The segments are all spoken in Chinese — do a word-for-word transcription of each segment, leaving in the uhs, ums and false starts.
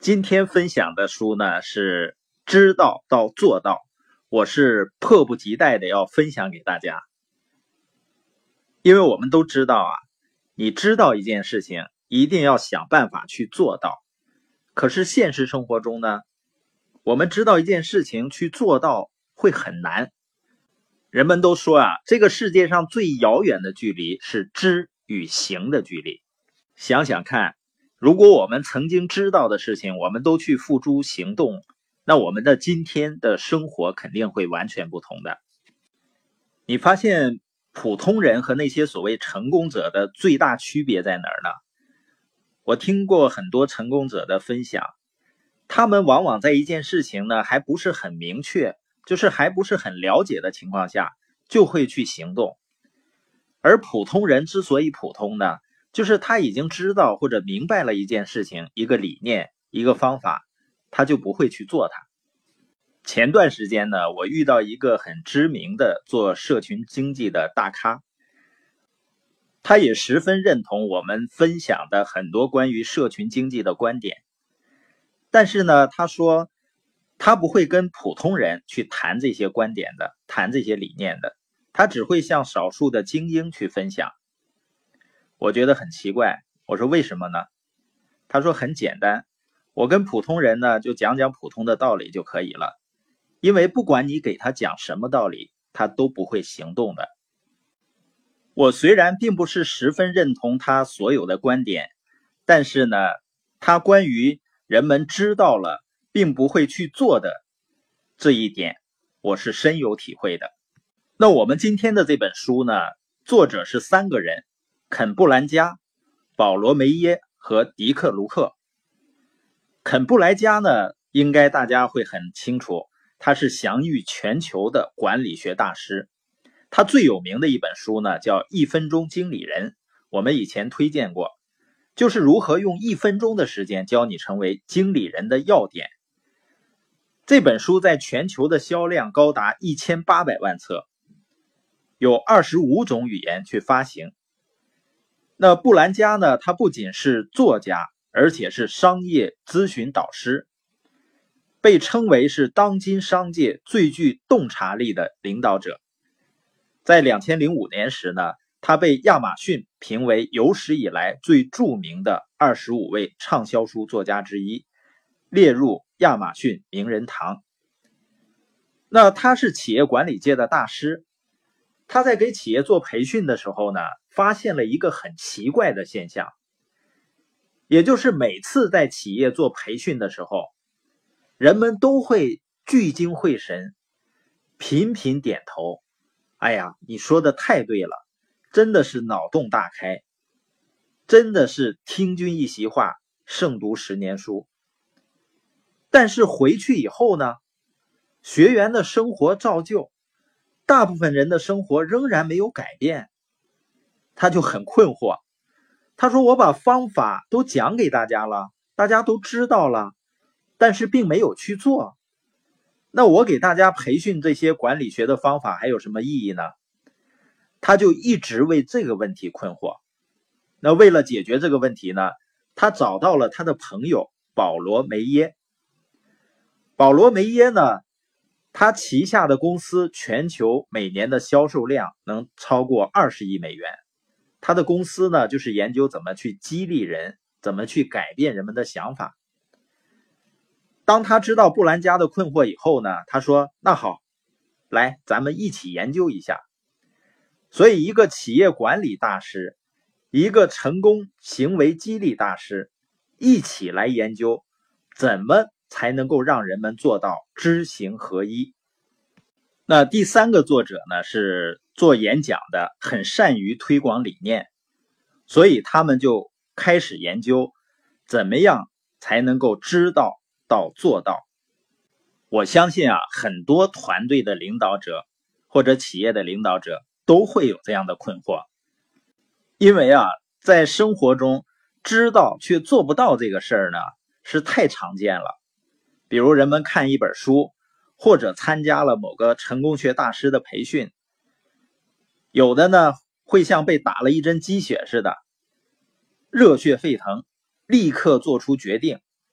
今天分享的书呢是知道到做到，我是迫不及待的要分享给大家。因为我们都知道啊，你知道一件事情，一定要想办法去做到。可是现实生活中呢，我们知道一件事情去做到会很难。人们都说啊，这个世界上最遥远的距离是知与行的距离。想想看，如果我们曾经知道的事情，我们都去付诸行动，那我们的今天的生活肯定会完全不同的。你发现普通人和那些所谓成功者的最大区别在哪儿呢？我听过很多成功者的分享，他们往往在一件事情呢还不是很明确，就是还不是很了解的情况下，就会去行动。而普通人之所以普通呢，就是他已经知道或者明白了一件事情，一个理念，一个方法，他就不会去做它。前段时间呢，我遇到一个很知名的做社群经济的大咖，他也十分认同我们分享的很多关于社群经济的观点。但是呢，他说他不会跟普通人去谈这些观点的，谈这些理念的，他只会向少数的精英去分享。我觉得很奇怪，我说为什么呢？他说很简单，我跟普通人呢就讲讲普通的道理就可以了，因为不管你给他讲什么道理，他都不会行动的。我虽然并不是十分认同他所有的观点，但是呢，他关于人们知道了并不会去做的这一点，我是深有体会的。那我们今天的这本书呢，作者是三个人，肯布兰加、保罗梅耶和迪克卢克。肯布莱加呢，应该大家会很清楚，他是享誉全球的管理学大师。他最有名的一本书呢，叫《一分钟经理人》，我们以前推荐过，就是如何用一分钟的时间教你成为经理人的要点。这本书在全球的销量高达一千八百万册，有二十五种语言去发行。那布兰加呢，他不仅是作家，而且是商业咨询导师，被称为是当今商界最具洞察力的领导者。在二零零五年时呢，他被亚马逊评为有史以来最著名的二十五位畅销书作家之一，列入亚马逊名人堂。那他是企业管理界的大师，他在给企业做培训的时候呢，发现了一个很奇怪的现象，也就是每次在企业做培训的时候，人们都会聚精会神，频频点头。哎呀，你说的太对了，真的是脑洞大开，真的是听君一席话，胜读十年书。但是回去以后呢，学员的生活照旧，大部分人的生活仍然没有改变。他就很困惑，他说我把方法都讲给大家了，大家都知道了，但是并没有去做。那我给大家培训这些管理学的方法还有什么意义呢？他就一直为这个问题困惑。那为了解决这个问题呢，他找到了他的朋友保罗梅耶。保罗梅耶呢，他旗下的公司全球每年的销售量能超过二十亿美元。他的公司呢，就是研究怎么去激励人，怎么去改变人们的想法。当他知道布兰加的困惑以后呢，他说那好，来咱们一起研究一下。所以一个企业管理大师，一个成功行为激励大师，一起来研究怎么才能够让人们做到知行合一。那第三个作者呢，是做演讲的，很善于推广理念，所以他们就开始研究怎么样才能够知道到做到。我相信啊，很多团队的领导者或者企业的领导者都会有这样的困惑。因为啊，在生活中知道却做不到这个事儿呢，是太常见了。比如人们看一本书，或者参加了某个成功学大师的培训，有的呢会像被打了一针鸡血似的，热血沸腾，立刻做出决定。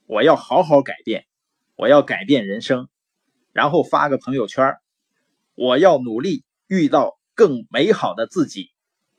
我要好好改变，我要改变人生，然后发个朋友圈，我要努力遇到更美好的自己。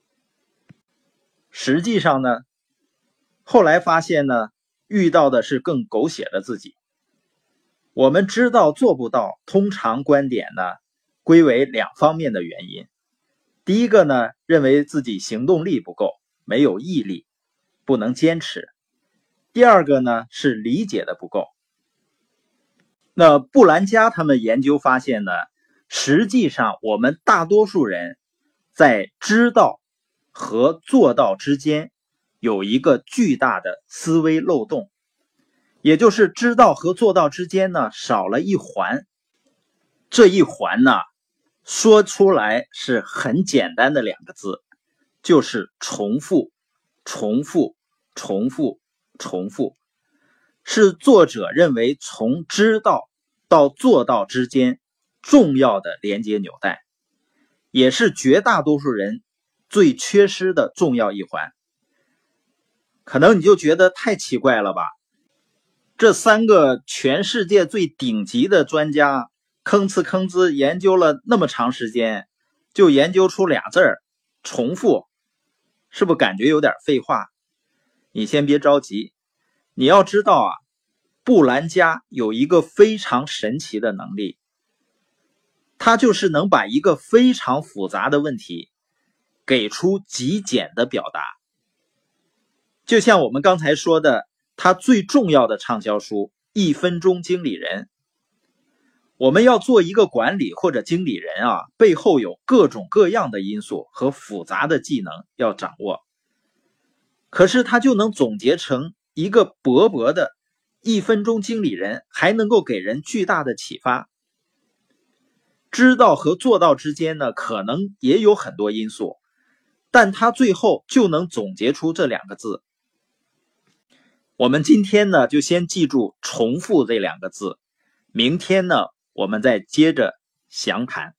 实际上呢，后来发现呢，遇到的是更狗血的自己。我们知道做不到，通常观点呢归为两方面的原因。第一个呢，认为自己行动力不够，没有毅力，不能坚持。第二个呢，是理解的不够。那布兰加他们研究发现呢，实际上我们大多数人在知道和做到之间有一个巨大的思维漏洞，也就是知道和做到之间呢少了一环。这一环呢，说出来是很简单的两个字，就是重复，重复，重复，重复。是作者认为从知道到做到之间重要的连接纽带，也是绝大多数人最缺失的重要一环。可能你就觉得太奇怪了吧？这三个全世界最顶级的专家吭哧吭哧研究了那么长时间，就研究出俩字儿，重复，是不是感觉有点废话？你先别着急，你要知道啊，布兰加有一个非常神奇的能力，他就是能把一个非常复杂的问题给出极简的表达。就像我们刚才说的，他最重要的畅销书《一分钟经理人》。我们要做一个管理或者经理人啊，背后有各种各样的因素和复杂的技能要掌握。可是他就能总结成一个薄薄的一分钟经理人，还能够给人巨大的启发。知道和做到之间呢，可能也有很多因素，但他最后就能总结出这两个字。我们今天呢，就先记住重复这两个字，明天呢，我们再接着详谈。